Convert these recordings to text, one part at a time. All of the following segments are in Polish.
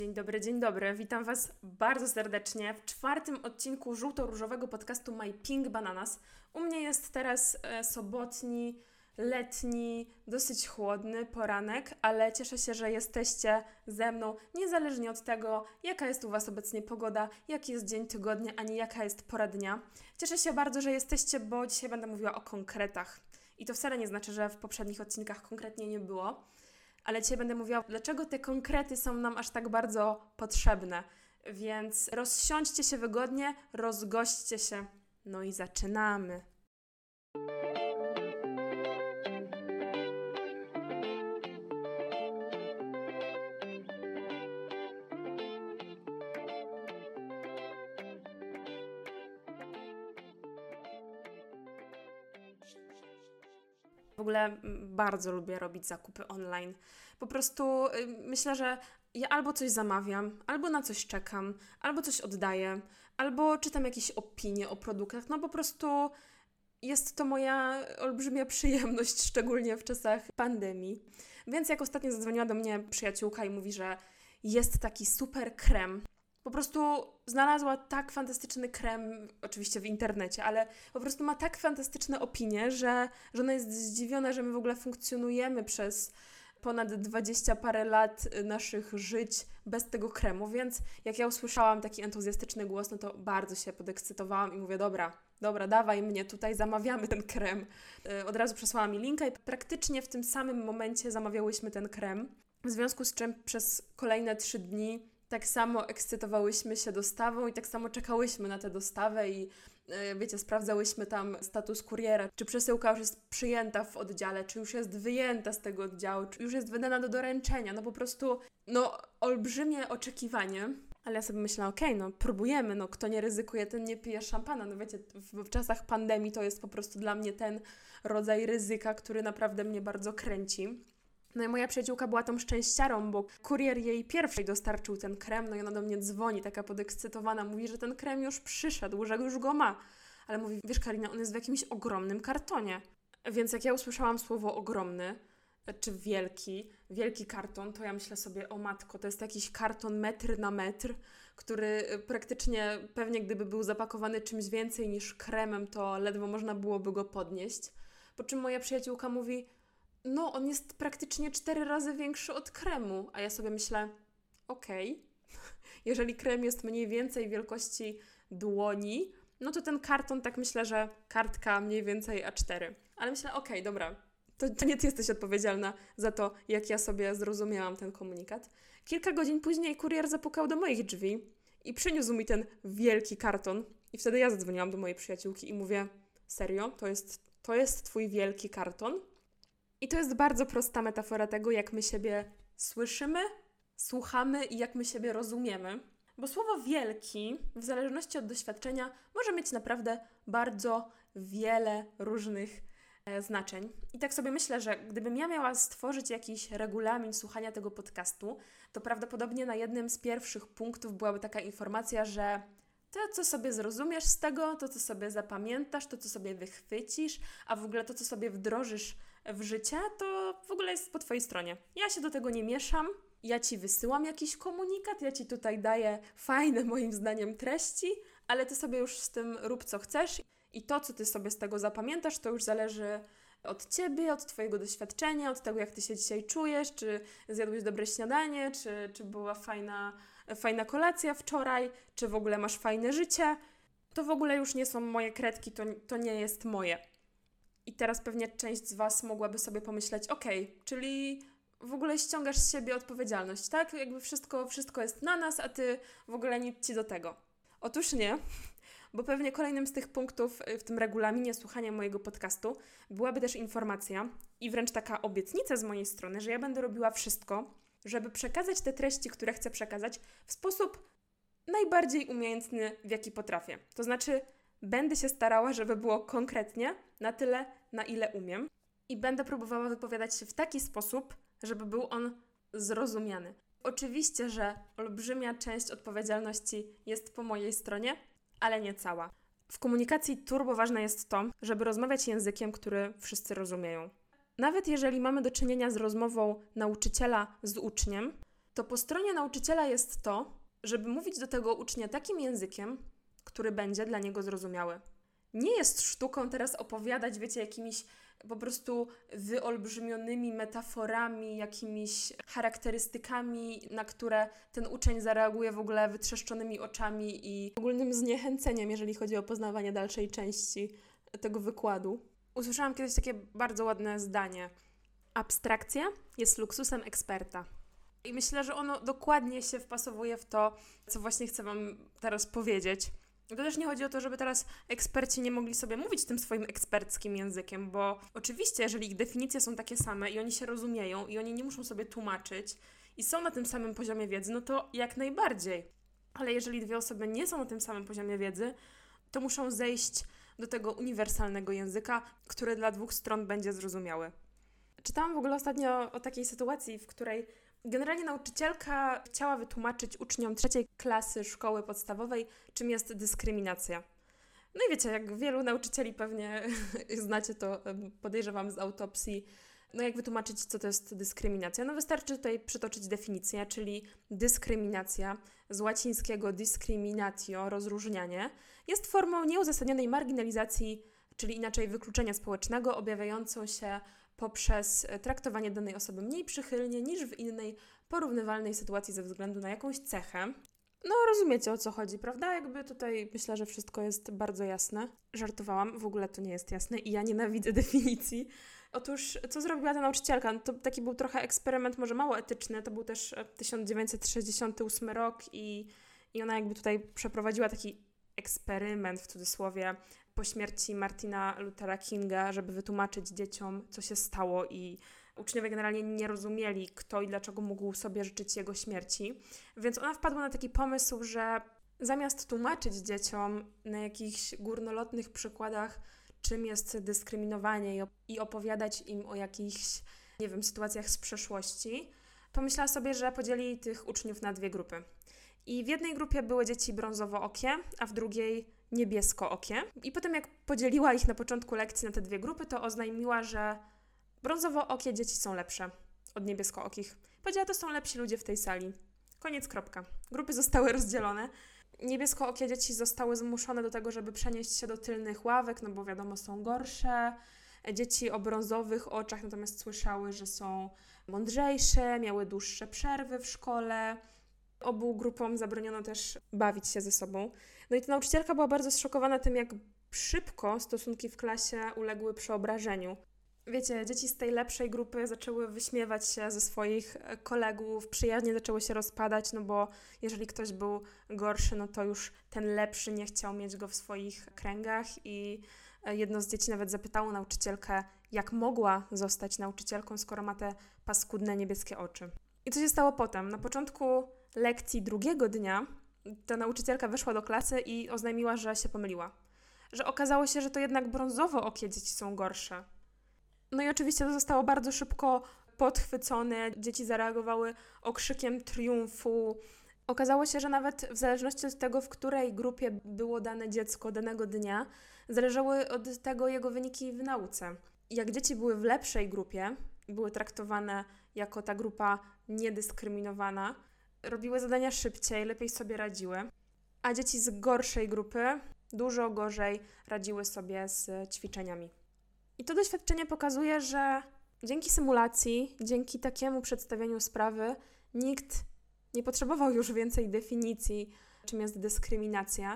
Dzień dobry. Witam Was bardzo serdecznie w 4. odcinku żółto-różowego podcastu My Pink Bananas. U mnie jest teraz sobotni, letni, dosyć chłodny poranek, ale cieszę się, że jesteście ze mną, niezależnie od tego, jaka jest u Was obecnie pogoda, jaki jest dzień tygodnia, ani jaka jest pora dnia. Cieszę się bardzo, że jesteście, bo dzisiaj będę mówiła o konkretach. I to wcale nie znaczy, że w poprzednich odcinkach konkretnie nie było. Ale dzisiaj będę mówiła, dlaczego te konkrety są nam aż tak bardzo potrzebne. Więc rozsiądźcie się wygodnie, rozgośćcie się. No i zaczynamy. W ogóle bardzo lubię robić zakupy online. Po prostu myślę, że ja albo coś zamawiam, albo na coś czekam, albo coś oddaję, albo czytam jakieś opinie o produktach. No po prostu jest to moja olbrzymia przyjemność, szczególnie w czasach pandemii. Więc jak ostatnio zadzwoniła do mnie przyjaciółka i mówi, że jest taki super krem. Po prostu znalazła tak fantastyczny krem, oczywiście w internecie, ale po prostu ma tak fantastyczne opinie, że ona jest zdziwiona, że my w ogóle funkcjonujemy przez ponad 20 parę lat naszych żyć bez tego kremu, więc jak ja usłyszałam taki entuzjastyczny głos, no to bardzo się podekscytowałam i mówię, dobra, dawaj mnie tutaj, zamawiamy ten krem. Od razu przesłała mi linka i praktycznie w tym samym momencie zamawiałyśmy ten krem, w związku z czym przez kolejne 3 dni tak samo ekscytowałyśmy się dostawą i tak samo czekałyśmy na tę dostawę i wiecie, sprawdzałyśmy tam status kuriera, czy przesyłka już jest przyjęta w oddziale, czy już jest wyjęta z tego oddziału, czy już jest wydana do doręczenia. No po prostu, olbrzymie oczekiwanie. Ale ja sobie myślałam, próbujemy, kto nie ryzykuje, ten nie pije szampana. No wiecie, w czasach pandemii to jest po prostu dla mnie ten rodzaj ryzyka, który naprawdę mnie bardzo kręci. No i moja przyjaciółka była tą szczęściarą, bo kurier jej pierwszej dostarczył ten krem, no i ona do mnie dzwoni, taka podekscytowana, mówi, że ten krem już przyszedł, że już go ma. Ale mówi, wiesz Karina, on jest w jakimś ogromnym kartonie. Więc jak ja usłyszałam słowo ogromny, czy wielki karton, to ja myślę sobie, o matko, to jest jakiś karton metr na metr, który praktycznie pewnie gdyby był zapakowany czymś więcej niż kremem, to ledwo można byłoby go podnieść. Po czym moja przyjaciółka mówi, on jest praktycznie 4 razy większy od kremu. A ja sobie myślę, jeżeli krem jest mniej więcej wielkości dłoni, no to ten karton, tak myślę, że kartka mniej więcej A4. Ale myślę, dobra, to nie ty jesteś odpowiedzialna za to, jak ja sobie zrozumiałam ten komunikat. Kilka godzin później kurier zapukał do moich drzwi i przyniósł mi ten wielki karton. I wtedy ja zadzwoniłam do mojej przyjaciółki i mówię, serio? To jest twój wielki karton? I to jest bardzo prosta metafora tego, jak my siebie słyszymy, słuchamy i jak my siebie rozumiemy. Bo słowo wielki, w zależności od doświadczenia, może mieć naprawdę bardzo wiele różnych znaczeń. I tak sobie myślę, że gdybym ja miała stworzyć jakiś regulamin słuchania tego podcastu, to prawdopodobnie na jednym z pierwszych punktów byłaby taka informacja, że to, co sobie zrozumiesz z tego, to, co sobie zapamiętasz, to, co sobie wychwycisz, a w ogóle to, co sobie wdrożysz w życie, to w ogóle jest po Twojej stronie. Ja się do tego nie mieszam, ja Ci wysyłam jakiś komunikat, ja Ci tutaj daję fajne moim zdaniem treści, ale Ty sobie już z tym rób co chcesz i to, co Ty sobie z tego zapamiętasz, to już zależy od Ciebie, od Twojego doświadczenia, od tego, jak Ty się dzisiaj czujesz, czy zjadłeś dobre śniadanie, czy była fajna kolacja wczoraj, czy w ogóle masz fajne życie. To w ogóle już nie są moje kredki, to nie jest moje. I teraz pewnie część z Was mogłaby sobie pomyśleć, czyli w ogóle ściągasz z siebie odpowiedzialność, tak? Jakby wszystko jest na nas, a Ty w ogóle nic Ci do tego. Otóż nie, bo pewnie kolejnym z tych punktów w tym regulaminie słuchania mojego podcastu byłaby też informacja i wręcz taka obietnica z mojej strony, że ja będę robiła wszystko, żeby przekazać te treści, które chcę przekazać w sposób najbardziej umiejętny, w jaki potrafię. To znaczy, będę się starała, żeby było konkretnie, na tyle, na ile umiem i będę próbowała wypowiadać się w taki sposób, żeby był on zrozumiany. Oczywiście, że olbrzymia część odpowiedzialności jest po mojej stronie, ale nie cała. W komunikacji turbo ważne jest to, żeby rozmawiać językiem, który wszyscy rozumieją. Nawet jeżeli mamy do czynienia z rozmową nauczyciela z uczniem, to po stronie nauczyciela jest to, żeby mówić do tego ucznia takim językiem, który będzie dla niego zrozumiały. Nie jest sztuką teraz opowiadać, wiecie, jakimiś po prostu wyolbrzymionymi metaforami, jakimiś charakterystykami, na które ten uczeń zareaguje w ogóle wytrzeszczonymi oczami i ogólnym zniechęceniem, jeżeli chodzi o poznawanie dalszej części tego wykładu. Usłyszałam kiedyś takie bardzo ładne zdanie. Abstrakcja jest luksusem eksperta. I myślę, że ono dokładnie się wpasowuje w to, co właśnie chcę Wam teraz powiedzieć. To też nie chodzi o to, żeby teraz eksperci nie mogli sobie mówić tym swoim eksperckim językiem, bo oczywiście, jeżeli ich definicje są takie same i oni się rozumieją i oni nie muszą sobie tłumaczyć i są na tym samym poziomie wiedzy, no to jak najbardziej. Ale jeżeli dwie osoby nie są na tym samym poziomie wiedzy, to muszą zejść do tego uniwersalnego języka, który dla dwóch stron będzie zrozumiały. Czytałam w ogóle ostatnio o takiej sytuacji, w której generalnie nauczycielka chciała wytłumaczyć uczniom 3. klasy szkoły podstawowej, czym jest dyskryminacja. No i wiecie, jak wielu nauczycieli pewnie znacie to, podejrzewam, z autopsji, no jak wytłumaczyć, co to jest dyskryminacja? No wystarczy tutaj przytoczyć definicję, czyli dyskryminacja z łacińskiego discriminatio, rozróżnianie, jest formą nieuzasadnionej marginalizacji, czyli inaczej wykluczenia społecznego, objawiającą się poprzez traktowanie danej osoby mniej przychylnie niż w innej, porównywalnej sytuacji ze względu na jakąś cechę. No rozumiecie, o co chodzi, prawda? Jakby tutaj myślę, że wszystko jest bardzo jasne. Żartowałam, w ogóle to nie jest jasne i ja nienawidzę definicji. Otóż, co zrobiła ta nauczycielka? No to taki był trochę eksperyment, może mało etyczny, to był też 1968 rok i ona jakby tutaj przeprowadziła taki eksperyment, w cudzysłowie, po śmierci Martina Luthera Kinga, żeby wytłumaczyć dzieciom, co się stało i uczniowie generalnie nie rozumieli, kto i dlaczego mógł sobie życzyć jego śmierci. Więc ona wpadła na taki pomysł, że zamiast tłumaczyć dzieciom na jakichś górnolotnych przykładach, czym jest dyskryminowanie i opowiadać im o jakichś, nie wiem, sytuacjach z przeszłości, pomyślała sobie, że podzieli tych uczniów na dwie grupy. I w jednej grupie były dzieci brązowookie, a w drugiej niebieskookie. I potem jak podzieliła ich na początku lekcji na te dwie grupy, to oznajmiła, że brązowookie dzieci są lepsze od niebieskookich. Powiedziała, to są lepsi ludzie w tej sali. Koniec, kropka. Grupy zostały rozdzielone. Niebieskookie dzieci zostały zmuszone do tego, żeby przenieść się do tylnych ławek, no bo wiadomo, są gorsze. Dzieci o brązowych oczach natomiast słyszały, że są mądrzejsze, miały dłuższe przerwy w szkole. Obu grupom zabroniono też bawić się ze sobą. No i ta nauczycielka była bardzo zszokowana tym, jak szybko stosunki w klasie uległy przeobrażeniu. Wiecie, dzieci z tej lepszej grupy zaczęły wyśmiewać się ze swoich kolegów, przyjaźnie zaczęły się rozpadać, no bo jeżeli ktoś był gorszy, no to już ten lepszy nie chciał mieć go w swoich kręgach i jedno z dzieci nawet zapytało nauczycielkę, jak mogła zostać nauczycielką, skoro ma te paskudne niebieskie oczy. I co się stało potem? Na początku lekcji drugiego dnia ta nauczycielka weszła do klasy i oznajmiła, że się pomyliła. Że okazało się, że to jednak brązowookie dzieci są gorsze. No i oczywiście to zostało bardzo szybko podchwycone. Dzieci zareagowały okrzykiem triumfu. Okazało się, że nawet w zależności od tego, w której grupie było dane dziecko danego dnia, zależały od tego jego wyniki w nauce. Jak dzieci były w lepszej grupie, były traktowane jako ta grupa niedyskryminowana, robiły zadania szybciej, lepiej sobie radziły, a dzieci z gorszej grupy dużo gorzej radziły sobie z ćwiczeniami. I to doświadczenie pokazuje, że dzięki symulacji, dzięki takiemu przedstawieniu sprawy nikt nie potrzebował już więcej definicji, czym jest dyskryminacja,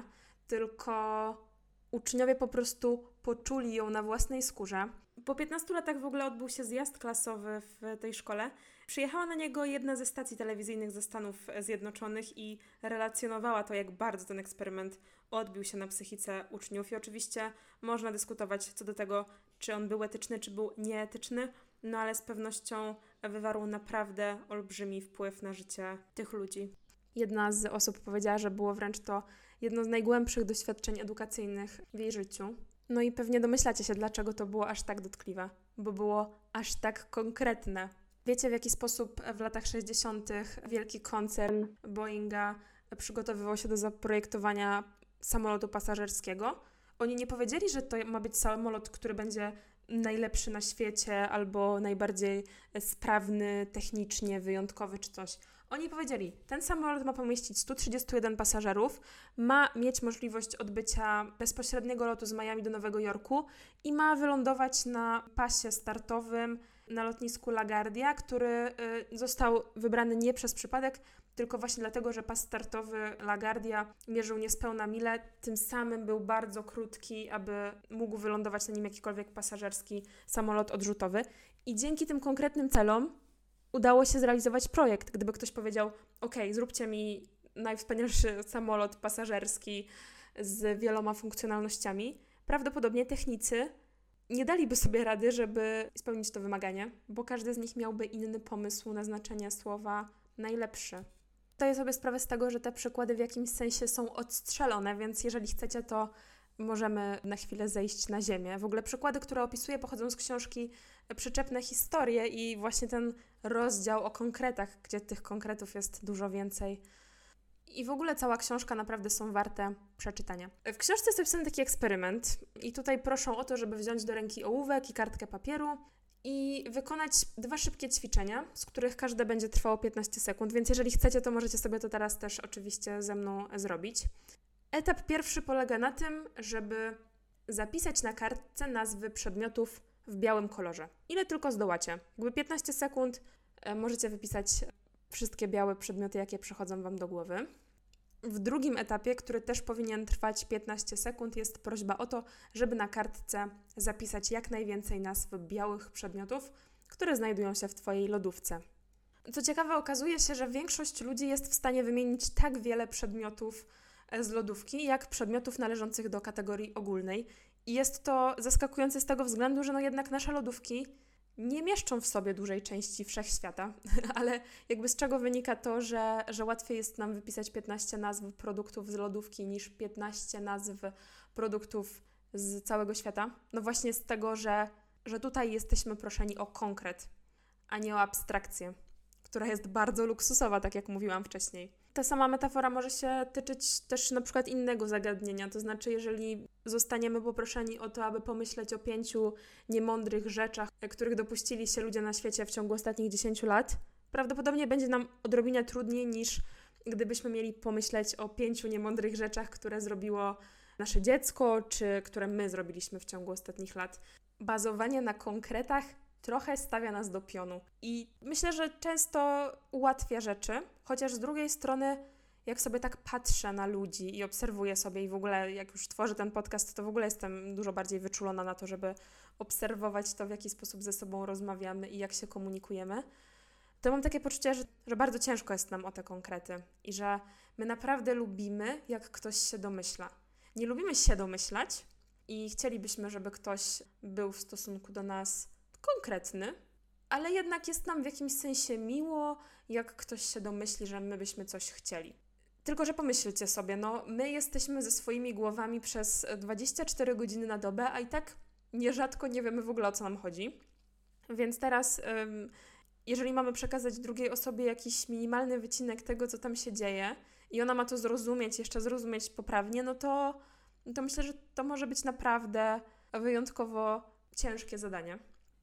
tylko uczniowie po prostu poczuli ją na własnej skórze. Po 15 latach w ogóle odbył się zjazd klasowy w tej szkole. Przyjechała na niego jedna ze stacji telewizyjnych ze Stanów Zjednoczonych i relacjonowała to, jak bardzo ten eksperyment odbił się na psychice uczniów. I oczywiście można dyskutować co do tego, czy on był etyczny, czy był nieetyczny, no ale z pewnością wywarł naprawdę olbrzymi wpływ na życie tych ludzi. Jedna z osób powiedziała, że było wręcz to jedno z najgłębszych doświadczeń edukacyjnych w jej życiu. No i pewnie domyślacie się, dlaczego to było aż tak dotkliwe, bo było aż tak konkretne. Wiecie, w jaki sposób w latach 60. wielki koncern Boeinga przygotowywał się do zaprojektowania samolotu pasażerskiego? Oni nie powiedzieli, że to ma być samolot, który będzie najlepszy na świecie albo najbardziej sprawny, technicznie, wyjątkowy czy coś. Oni powiedzieli, ten samolot ma pomieścić 131 pasażerów, ma mieć możliwość odbycia bezpośredniego lotu z Miami do Nowego Jorku i ma wylądować na pasie startowym na lotnisku LaGuardia, który został wybrany nie przez przypadek, tylko właśnie dlatego, że pas startowy LaGuardia mierzył niespełna milę, tym samym był bardzo krótki, aby mógł wylądować na nim jakikolwiek pasażerski samolot odrzutowy. I dzięki tym konkretnym celom udało się zrealizować projekt. Gdyby ktoś powiedział, zróbcie mi najwspanialszy samolot pasażerski z wieloma funkcjonalnościami, prawdopodobnie technicy nie daliby sobie rady, żeby spełnić to wymaganie, bo każdy z nich miałby inny pomysł na znaczenie słowa najlepszy. Zdaję sobie sprawę z tego, że te przykłady w jakimś sensie są odstrzelone, więc jeżeli chcecie, to możemy na chwilę zejść na ziemię. W ogóle przykłady, które opisuję, pochodzą z książki Przyczepne historie i właśnie ten rozdział o konkretach, gdzie tych konkretów jest dużo więcej. I w ogóle cała książka naprawdę są warte przeczytania. W książce jest opisany taki eksperyment i tutaj proszą o to, żeby wziąć do ręki ołówek i kartkę papieru i wykonać 2 szybkie ćwiczenia, z których każde będzie trwało 15 sekund, więc jeżeli chcecie, to możecie sobie to teraz też oczywiście ze mną zrobić. Etap pierwszy polega na tym, żeby zapisać na kartce nazwy przedmiotów w białym kolorze. Ile tylko zdołacie. 15 sekund możecie wypisać wszystkie białe przedmioty, jakie przychodzą Wam do głowy. W drugim etapie, który też powinien trwać 15 sekund, jest prośba o to, żeby na kartce zapisać jak najwięcej nazw białych przedmiotów, które znajdują się w Twojej lodówce. Co ciekawe, okazuje się, że większość ludzi jest w stanie wymienić tak wiele przedmiotów z lodówki, jak przedmiotów należących do kategorii ogólnej. I jest to zaskakujące z tego względu, że jednak nasze lodówki nie mieszczą w sobie dużej części wszechświata, ale jakby z czego wynika to, że łatwiej jest nam wypisać 15 nazw produktów z lodówki niż 15 nazw produktów z całego świata? No właśnie z tego, że tutaj jesteśmy proszeni o konkret, a nie o abstrakcję, która jest bardzo luksusowa, tak jak mówiłam wcześniej. Ta sama metafora może się tyczyć też na przykład innego zagadnienia, to znaczy jeżeli zostaniemy poproszeni o to, aby pomyśleć o 5 niemądrych rzeczach, których dopuścili się ludzie na świecie w ciągu ostatnich 10 lat, prawdopodobnie będzie nam odrobinę trudniej niż gdybyśmy mieli pomyśleć o 5 niemądrych rzeczach, które zrobiło nasze dziecko, czy które my zrobiliśmy w ciągu ostatnich lat. Bazowanie na konkretach trochę stawia nas do pionu. I myślę, że często ułatwia rzeczy, chociaż z drugiej strony, jak sobie tak patrzę na ludzi i obserwuję sobie i w ogóle jak już tworzę ten podcast, to w ogóle jestem dużo bardziej wyczulona na to, żeby obserwować to, w jaki sposób ze sobą rozmawiamy i jak się komunikujemy, to mam takie poczucie, że bardzo ciężko jest nam o te konkrety i że my naprawdę lubimy, jak ktoś się domyśla. Nie lubimy się domyślać i chcielibyśmy, żeby ktoś był w stosunku do nas konkretny, ale jednak jest nam w jakimś sensie miło, jak ktoś się domyśli, że my byśmy coś chcieli. Tylko że pomyślcie sobie, my jesteśmy ze swoimi głowami przez 24 godziny na dobę, a i tak nierzadko nie wiemy w ogóle, o co nam chodzi. Więc teraz, jeżeli mamy przekazać drugiej osobie jakiś minimalny wycinek tego, co tam się dzieje i ona ma to jeszcze zrozumieć poprawnie, to myślę, że to może być naprawdę wyjątkowo ciężkie zadanie.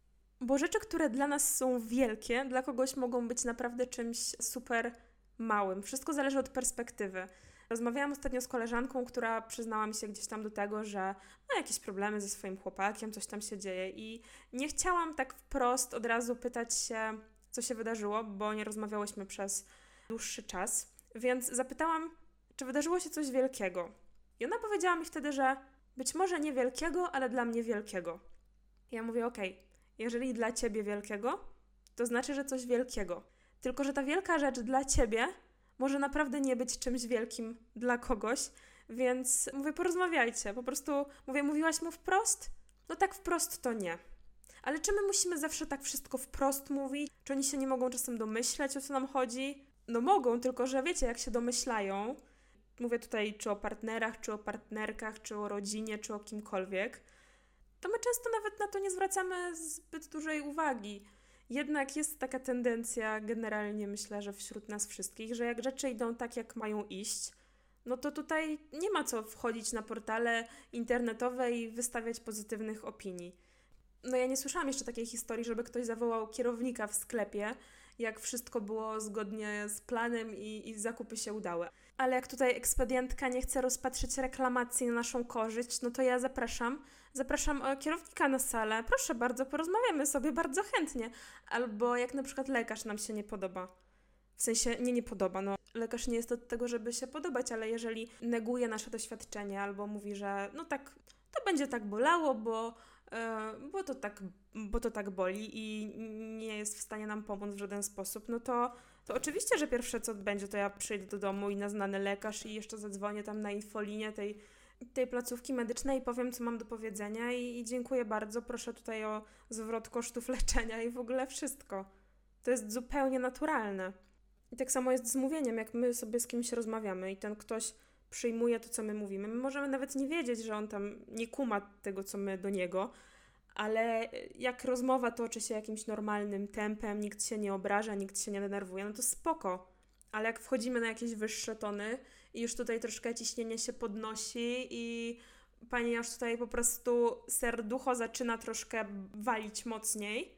Bo rzeczy, które dla nas są wielkie, dla kogoś mogą być naprawdę czymś super małym. Wszystko zależy od perspektywy. Rozmawiałam ostatnio z koleżanką, która przyznała mi się gdzieś tam do tego, że ma jakieś problemy ze swoim chłopakiem, coś tam się dzieje i nie chciałam tak wprost od razu pytać się, co się wydarzyło, bo nie rozmawiałyśmy przez dłuższy czas, więc zapytałam, czy wydarzyło się coś wielkiego. I ona powiedziała mi wtedy, że być może nie wielkiego, ale dla mnie wielkiego. I ja mówię, jeżeli dla Ciebie wielkiego, to znaczy, że coś wielkiego. Tylko że ta wielka rzecz dla Ciebie może naprawdę nie być czymś wielkim dla kogoś, więc mówię, porozmawiajcie. Po prostu mówiłaś mu wprost? No tak wprost to nie. Ale czy my musimy zawsze tak wszystko wprost mówić? Czy oni się nie mogą czasem domyśleć, o co nam chodzi? No mogą, tylko że wiecie, jak się domyślają, mówię tutaj czy o partnerach, czy o partnerkach, czy o rodzinie, czy o kimkolwiek, to my często nawet na to nie zwracamy zbyt dużej uwagi. Jednak jest taka tendencja generalnie, myślę, że wśród nas wszystkich, że jak rzeczy idą tak, jak mają iść, no to tutaj nie ma co wchodzić na portale internetowe i wystawiać pozytywnych opinii. No ja nie słyszałam jeszcze takiej historii, żeby ktoś zawołał kierownika w sklepie, jak wszystko było zgodnie z planem i zakupy się udały. Ale jak tutaj ekspedientka nie chce rozpatrzyć reklamacji na naszą korzyść, no to ja zapraszam kierownika na salę, proszę bardzo, porozmawiamy sobie bardzo chętnie. Albo jak na przykład lekarz nam się nie podoba. W sensie nie podoba, no lekarz nie jest od tego, żeby się podobać, ale jeżeli neguje nasze doświadczenie albo mówi, że no tak, to będzie tak bolało, bo to tak boli i nie jest w stanie nam pomóc w żaden sposób, no to oczywiście, że pierwsze co będzie, to ja przyjdę do domu i na znany lekarz i jeszcze zadzwonię tam na infolinię tej placówki medycznej i powiem, co mam do powiedzenia i dziękuję bardzo, proszę tutaj o zwrot kosztów leczenia i w ogóle wszystko. To jest zupełnie naturalne. I tak samo jest z mówieniem, jak my sobie z kimś rozmawiamy i ten ktoś przyjmuje to, co my mówimy. My możemy nawet nie wiedzieć, że on tam nie kuma tego, co my do niego, ale jak rozmowa toczy się jakimś normalnym tempem, nikt się nie obraża, nikt się nie denerwuje, no to spoko. Ale jak wchodzimy na jakieś wyższe tony i już tutaj troszkę ciśnienie się podnosi i pani aż tutaj po prostu serducho zaczyna troszkę walić mocniej,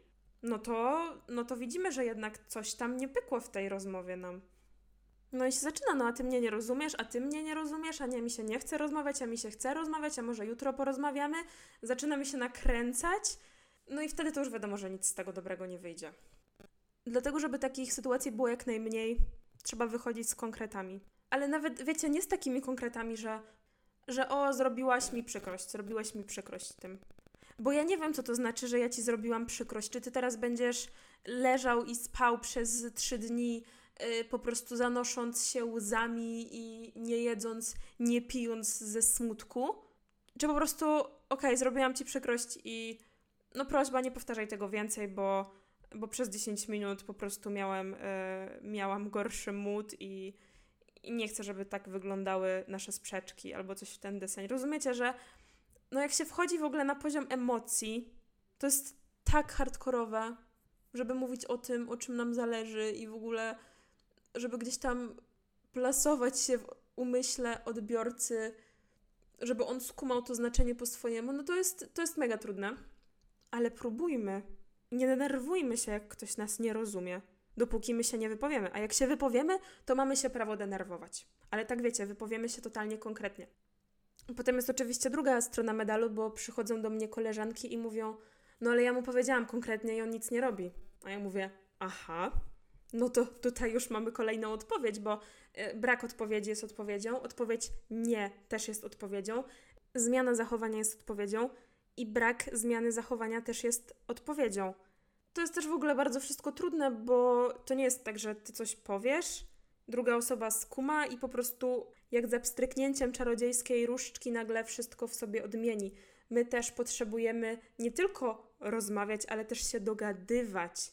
no to widzimy, że jednak coś tam nie pykło w tej rozmowie nam. No i się zaczyna, no a ty mnie nie rozumiesz, a ty mnie nie rozumiesz, a nie, mi się nie chce rozmawiać, a mi się chce rozmawiać, a może jutro porozmawiamy. Zaczyna mi się nakręcać, no i wtedy to już wiadomo, że nic z tego dobrego nie wyjdzie. Dlatego, żeby takich sytuacji było jak najmniej, trzeba wychodzić z konkretami. Ale nawet, wiecie, nie z takimi konkretami, że zrobiłeś mi przykrość tym. Bo ja nie wiem, co to znaczy, że ja ci zrobiłam przykrość. Czy ty teraz będziesz leżał i spał przez 3 dni, po prostu zanosząc się łzami i nie jedząc, nie pijąc ze smutku? Czy po prostu, okej, zrobiłam ci przykrość i no prośba, nie powtarzaj tego więcej, bo przez 10 minut po prostu miałam gorszy mood i nie chcę, żeby tak wyglądały nasze sprzeczki albo coś w ten deseń. Rozumiecie, że no jak się wchodzi w ogóle na poziom emocji, to jest tak hardkorowe, żeby mówić o tym, o czym nam zależy i w ogóle, żeby gdzieś tam plasować się w umyśle odbiorcy, żeby on skumał to znaczenie po swojemu, no to jest mega trudne. Ale próbujmy. Nie denerwujmy się, jak ktoś nas nie rozumie, dopóki my się nie wypowiemy. A jak się wypowiemy, to mamy się prawo denerwować. Ale tak wiecie, wypowiemy się totalnie konkretnie. Potem jest oczywiście druga strona medalu, bo przychodzą do mnie koleżanki i mówią, no ale ja mu powiedziałam konkretnie i on nic nie robi. A ja mówię, aha, no to tutaj już mamy kolejną odpowiedź, bo brak odpowiedzi jest odpowiedzią, odpowiedź nie też jest odpowiedzią, zmiana zachowania jest odpowiedzią i brak zmiany zachowania też jest odpowiedzią. To jest też w ogóle bardzo wszystko trudne, bo to nie jest tak, że ty coś powiesz, druga osoba skuma i po prostu jak za pstryknięciem czarodziejskiej różdżki nagle wszystko w sobie odmieni. My też potrzebujemy nie tylko rozmawiać, ale też się dogadywać,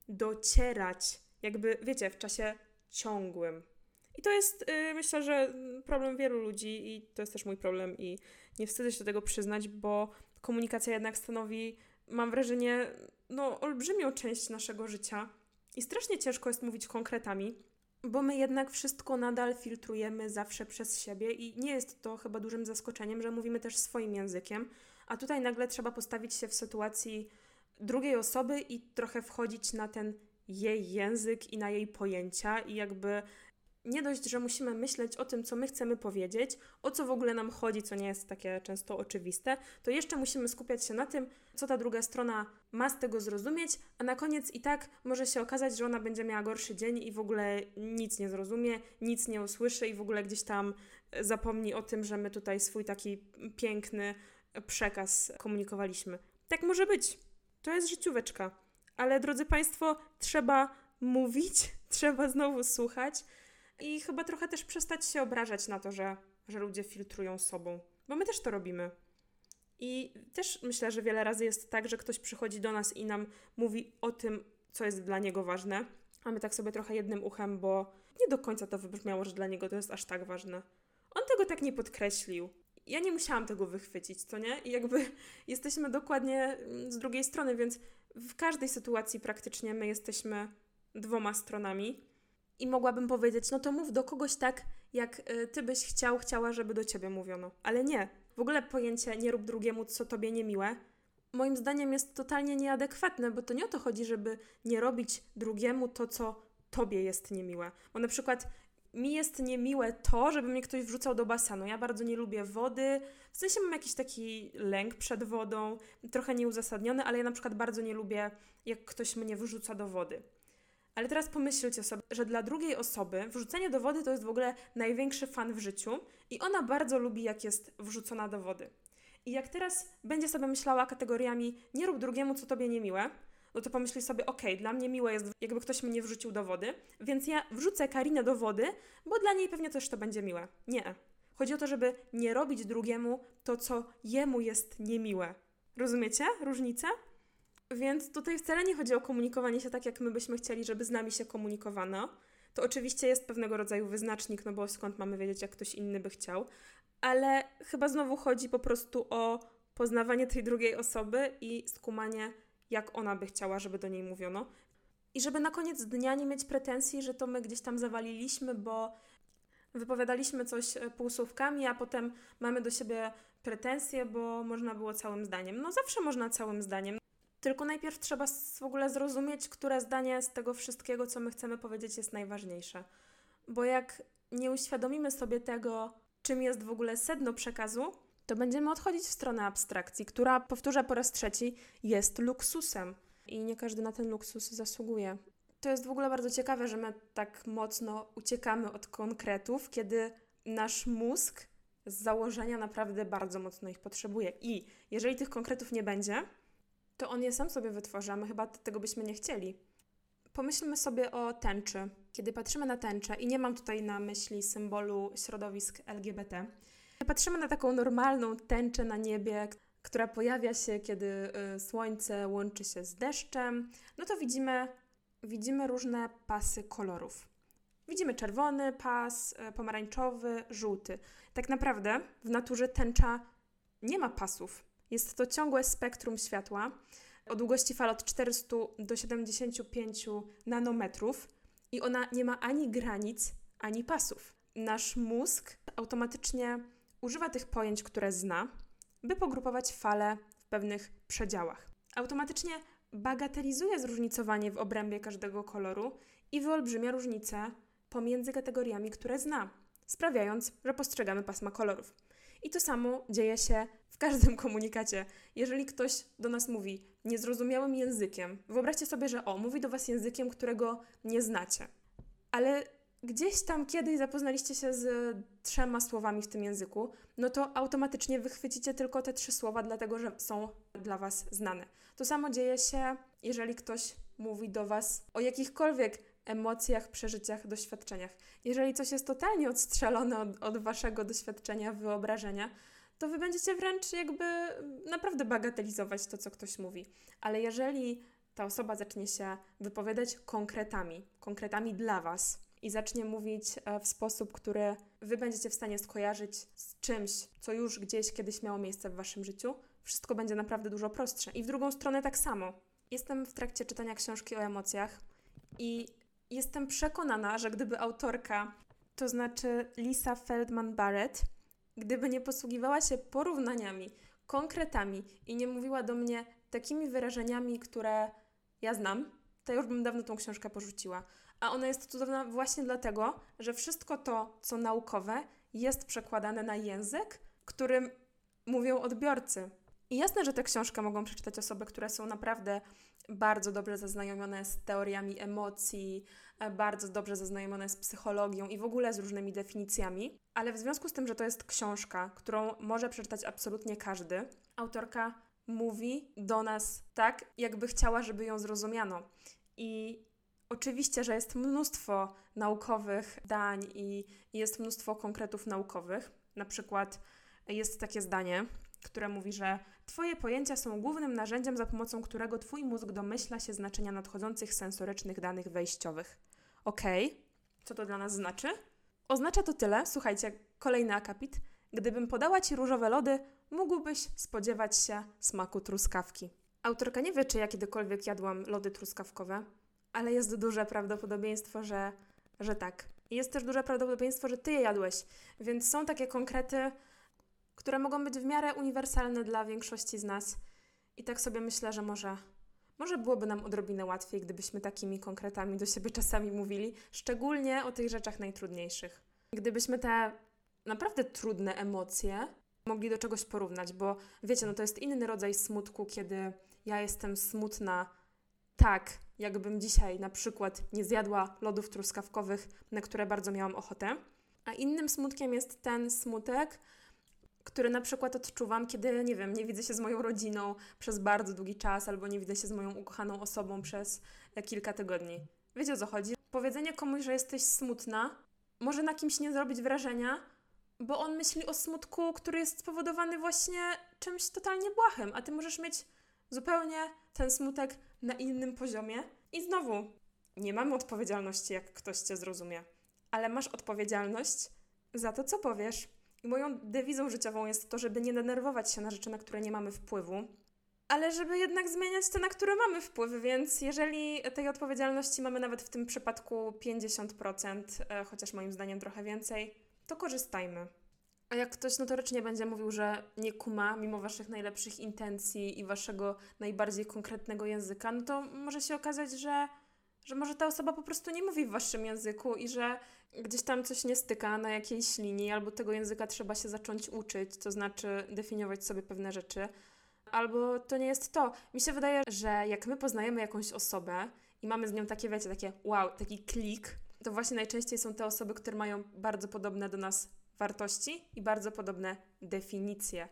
docierać, jakby, wiecie, w czasie ciągłym. I to jest, myślę, że problem wielu ludzi i to jest też mój problem i nie wstydzę się do tego przyznać, bo komunikacja jednak stanowi, mam wrażenie, olbrzymią część naszego życia i strasznie ciężko jest mówić konkretami, bo my jednak wszystko nadal filtrujemy zawsze przez siebie i nie jest to chyba dużym zaskoczeniem, że mówimy też swoim językiem, a tutaj nagle trzeba postawić się w sytuacji drugiej osoby i trochę wchodzić na ten jej język i na jej pojęcia i jakby nie dość, że musimy myśleć o tym, co my chcemy powiedzieć, o co w ogóle nam chodzi, co nie jest takie często oczywiste, to jeszcze musimy skupiać się na tym, co ta druga strona ma z tego zrozumieć, a na koniec i tak może się okazać, że ona będzie miała gorszy dzień i w ogóle nic nie zrozumie, nic nie usłyszy i w ogóle gdzieś tam zapomni o tym, że my tutaj swój taki piękny przekaz komunikowaliśmy. Tak może być. To jest życióweczka. Ale drodzy Państwo, trzeba mówić, trzeba znowu słuchać i chyba trochę też przestać się obrażać na to, że ludzie filtrują sobą, bo my też to robimy. I też myślę, że wiele razy jest tak, że ktoś przychodzi do nas i nam mówi o tym, co jest dla niego ważne, a my tak sobie trochę jednym uchem, bo nie do końca to wybrzmiało, że dla niego to jest aż tak ważne. On tego tak nie podkreślił. Ja nie musiałam tego wychwycić, co nie? I jakby jesteśmy dokładnie z drugiej strony, więc w każdej sytuacji praktycznie my jesteśmy 2 stronami i mogłabym powiedzieć, no to mów do kogoś tak, jak ty byś chciała, żeby do ciebie mówiono. Ale nie. W ogóle pojęcie nie rób drugiemu, co tobie niemiłe, moim zdaniem jest totalnie nieadekwatne, bo to nie o to chodzi, żeby nie robić drugiemu to, co tobie jest niemiłe. Bo na przykład mi jest niemiłe to, żeby mnie ktoś wrzucał do basenu. Ja bardzo nie lubię wody, w sensie mam jakiś taki lęk przed wodą, trochę nieuzasadniony, ale ja na przykład bardzo nie lubię, jak ktoś mnie wrzuca do wody. Ale teraz pomyślcie sobie, że dla drugiej osoby wrzucenie do wody to jest w ogóle największy fan w życiu i ona bardzo lubi, jak jest wrzucona do wody. I jak teraz będzie sobie myślała kategoriami nie rób drugiemu, co tobie niemiłe, no to pomyśli sobie, okej, dla mnie miłe jest, jakby ktoś mnie wrzucił do wody, więc ja wrzucę Karinę do wody, bo dla niej pewnie też to będzie miłe. Nie. Chodzi o to, żeby nie robić drugiemu to, co jemu jest niemiłe. Rozumiecie różnicę? Więc tutaj wcale nie chodzi o komunikowanie się tak, jak my byśmy chcieli, żeby z nami się komunikowano. To oczywiście jest pewnego rodzaju wyznacznik, no bo skąd mamy wiedzieć, jak ktoś inny by chciał. Ale chyba znowu chodzi po prostu o poznawanie tej drugiej osoby i skumanie, jak ona by chciała, żeby do niej mówiono. I żeby na koniec dnia nie mieć pretensji, że to my gdzieś tam zawaliliśmy, bo wypowiadaliśmy coś półsłówkami, a potem mamy do siebie pretensje, bo można było całym zdaniem. No zawsze można całym zdaniem. Tylko najpierw trzeba w ogóle zrozumieć, które zdanie z tego wszystkiego, co my chcemy powiedzieć, jest najważniejsze. Bo jak nie uświadomimy sobie tego, czym jest w ogóle sedno przekazu, to będziemy odchodzić w stronę abstrakcji, która, powtórzę po raz trzeci, jest luksusem. I nie każdy na ten luksus zasługuje. To jest w ogóle bardzo ciekawe, że my tak mocno uciekamy od konkretów, kiedy nasz mózg z założenia naprawdę bardzo mocno ich potrzebuje. I jeżeli tych konkretów nie będzie, to on je sam sobie wytworzy, a my chyba tego byśmy nie chcieli. Pomyślmy sobie o tęczy. Kiedy patrzymy na tęczę, i nie mam tutaj na myśli symbolu środowisk LGBT, patrzymy na taką normalną tęczę na niebie, która pojawia się, kiedy słońce łączy się z deszczem, no to widzimy różne pasy kolorów. Widzimy czerwony pas, pomarańczowy, żółty. Tak naprawdę w naturze tęcza nie ma pasów. Jest to ciągłe spektrum światła o długości fal od 400 do 75 nanometrów i ona nie ma ani granic, ani pasów. Nasz mózg automatycznie używa tych pojęć, które zna, by pogrupować fale w pewnych przedziałach. Automatycznie bagatelizuje zróżnicowanie w obrębie każdego koloru i wyolbrzymia różnice pomiędzy kategoriami, które zna, sprawiając, że postrzegamy pasma kolorów. I to samo dzieje się w każdym komunikacie. Jeżeli ktoś do nas mówi niezrozumiałym językiem, wyobraźcie sobie, że mówi do was językiem, którego nie znacie, ale gdzieś tam kiedyś zapoznaliście się z 3 słowami w tym języku, no to automatycznie wychwycicie tylko te 3 słowa, dlatego że są dla was znane. To samo dzieje się, jeżeli ktoś mówi do was o jakichkolwiek emocjach, przeżyciach, doświadczeniach. Jeżeli coś jest totalnie odstrzelone od waszego doświadczenia, wyobrażenia, to wy będziecie wręcz jakby naprawdę bagatelizować to, co ktoś mówi. Ale jeżeli ta osoba zacznie się wypowiadać konkretami dla was i zacznie mówić w sposób, który wy będziecie w stanie skojarzyć z czymś, co już gdzieś kiedyś miało miejsce w waszym życiu, wszystko będzie naprawdę dużo prostsze. I w drugą stronę tak samo. Jestem w trakcie czytania książki o emocjach i jestem przekonana, że gdyby autorka, to znaczy Lisa Feldman Barrett, gdyby nie posługiwała się porównaniami, konkretami i nie mówiła do mnie takimi wyrażeniami, które ja znam, to już bym dawno tą książkę porzuciła. A ona jest cudowna właśnie dlatego, że wszystko to, co naukowe, jest przekładane na język, którym mówią odbiorcy. I jasne, że tę książkę mogą przeczytać osoby, które są naprawdę bardzo dobrze zaznajomione z teoriami emocji, bardzo dobrze zaznajomione z psychologią i w ogóle z różnymi definicjami, ale w związku z tym, że to jest książka, którą może przeczytać absolutnie każdy, autorka mówi do nas tak, jakby chciała, żeby ją zrozumiano. I oczywiście, że jest mnóstwo naukowych dań i jest mnóstwo konkretów naukowych. Na przykład jest takie zdanie, które mówi, że Twoje pojęcia są głównym narzędziem, za pomocą którego Twój mózg domyśla się znaczenia nadchodzących sensorycznych danych wejściowych. Okej, co to dla nas znaczy? Oznacza to tyle, słuchajcie, kolejny akapit. Gdybym podała Ci różowe lody, mógłbyś spodziewać się smaku truskawki. Autorka nie wie, czy ja kiedykolwiek jadłam lody truskawkowe, ale jest duże prawdopodobieństwo, że tak. I jest też duże prawdopodobieństwo, że Ty je jadłeś, więc są takie konkrety, które mogą być w miarę uniwersalne dla większości z nas I tak sobie myślę, że może byłoby nam odrobinę łatwiej, gdybyśmy takimi konkretami do siebie czasami mówili, szczególnie o tych rzeczach najtrudniejszych. Gdybyśmy te naprawdę trudne emocje mogli do czegoś porównać, bo wiecie, no to jest inny rodzaj smutku, kiedy ja jestem smutna tak, jakbym dzisiaj na przykład nie zjadła lodów truskawkowych, na które bardzo miałam ochotę, a innym smutkiem jest ten smutek, który na przykład odczuwam, kiedy, nie wiem, nie widzę się z moją rodziną przez bardzo długi czas, albo nie widzę się z moją ukochaną osobą przez kilka tygodni. Wiecie, o co chodzi? Powiedzenie komuś, że jesteś smutna, może na kimś nie zrobić wrażenia, bo on myśli o smutku, który jest spowodowany właśnie czymś totalnie błahym, a ty możesz mieć zupełnie ten smutek na innym poziomie. I znowu, nie mamy odpowiedzialności, jak ktoś cię zrozumie, ale masz odpowiedzialność za to, co powiesz. I moją dewizą życiową jest to, żeby nie denerwować się na rzeczy, na które nie mamy wpływu, ale żeby jednak zmieniać te, na które mamy wpływ, więc jeżeli tej odpowiedzialności mamy nawet w tym przypadku 50%, chociaż moim zdaniem trochę więcej, to korzystajmy. A jak ktoś notorycznie będzie mówił, że nie kuma mimo waszych najlepszych intencji i waszego najbardziej konkretnego języka, no to może się okazać, że może ta osoba po prostu nie mówi w waszym języku i że gdzieś tam coś nie styka na jakiejś linii, albo tego języka trzeba się zacząć uczyć, to znaczy definiować sobie pewne rzeczy, albo to nie jest to. Mi się wydaje, że jak my poznajemy jakąś osobę i mamy z nią takie, wiecie, takie wow, taki klik, to właśnie najczęściej są te osoby, które mają bardzo podobne do nas wartości i bardzo podobne definicje.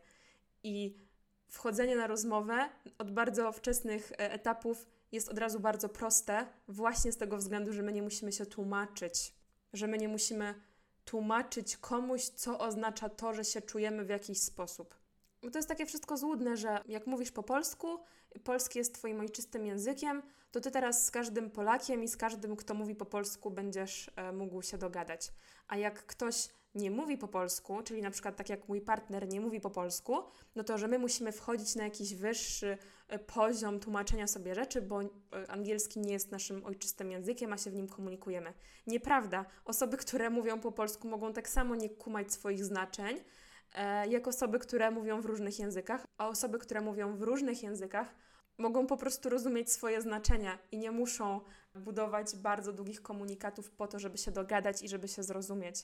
I wchodzenie na rozmowę od bardzo wczesnych etapów jest od razu bardzo proste, właśnie z tego względu, że my nie musimy się tłumaczyć, że my nie musimy tłumaczyć komuś, co oznacza to, że się czujemy w jakiś sposób. Bo to jest takie wszystko złudne, że jak mówisz po polsku, polski jest twoim ojczystym językiem, to ty teraz z każdym Polakiem i z każdym, kto mówi po polsku, będziesz mógł się dogadać. A jak ktoś nie mówi po polsku, czyli na przykład tak jak mój partner nie mówi po polsku, no to, że my musimy wchodzić na jakiś wyższy poziom tłumaczenia sobie rzeczy, bo angielski nie jest naszym ojczystym językiem, a się w nim komunikujemy. Nieprawda. Osoby, które mówią po polsku, mogą tak samo nie kumać swoich znaczeń, jak osoby, które mówią w różnych językach, a osoby, które mówią w różnych językach, mogą po prostu rozumieć swoje znaczenia i nie muszą budować bardzo długich komunikatów po to, żeby się dogadać i żeby się zrozumieć.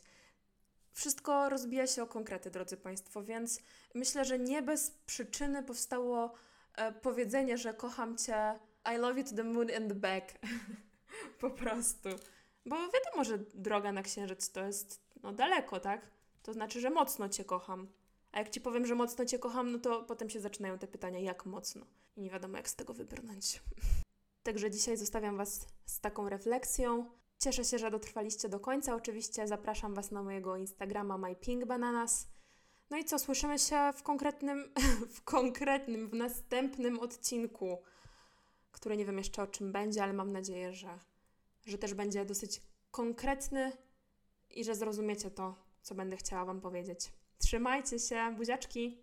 Wszystko rozbija się o konkrety, drodzy Państwo, więc myślę, że nie bez przyczyny powstało powiedzenie, że kocham Cię, I love you to the moon and back. Po prostu. Bo wiadomo, że droga na Księżyc to jest daleko, tak? To znaczy, że mocno Cię kocham. A jak Ci powiem, że mocno Cię kocham, no to potem się zaczynają te pytania, jak mocno. I nie wiadomo, jak z tego wybrnąć. Także dzisiaj zostawiam Was z taką refleksją. Cieszę się, że dotrwaliście do końca. Oczywiście zapraszam Was na mojego Instagrama mypinkbananas. No i co, słyszymy się w następnym odcinku, który nie wiem jeszcze o czym będzie, ale mam nadzieję, że też będzie dosyć konkretny i że zrozumiecie to, co będę chciała Wam powiedzieć. Trzymajcie się, buziaczki!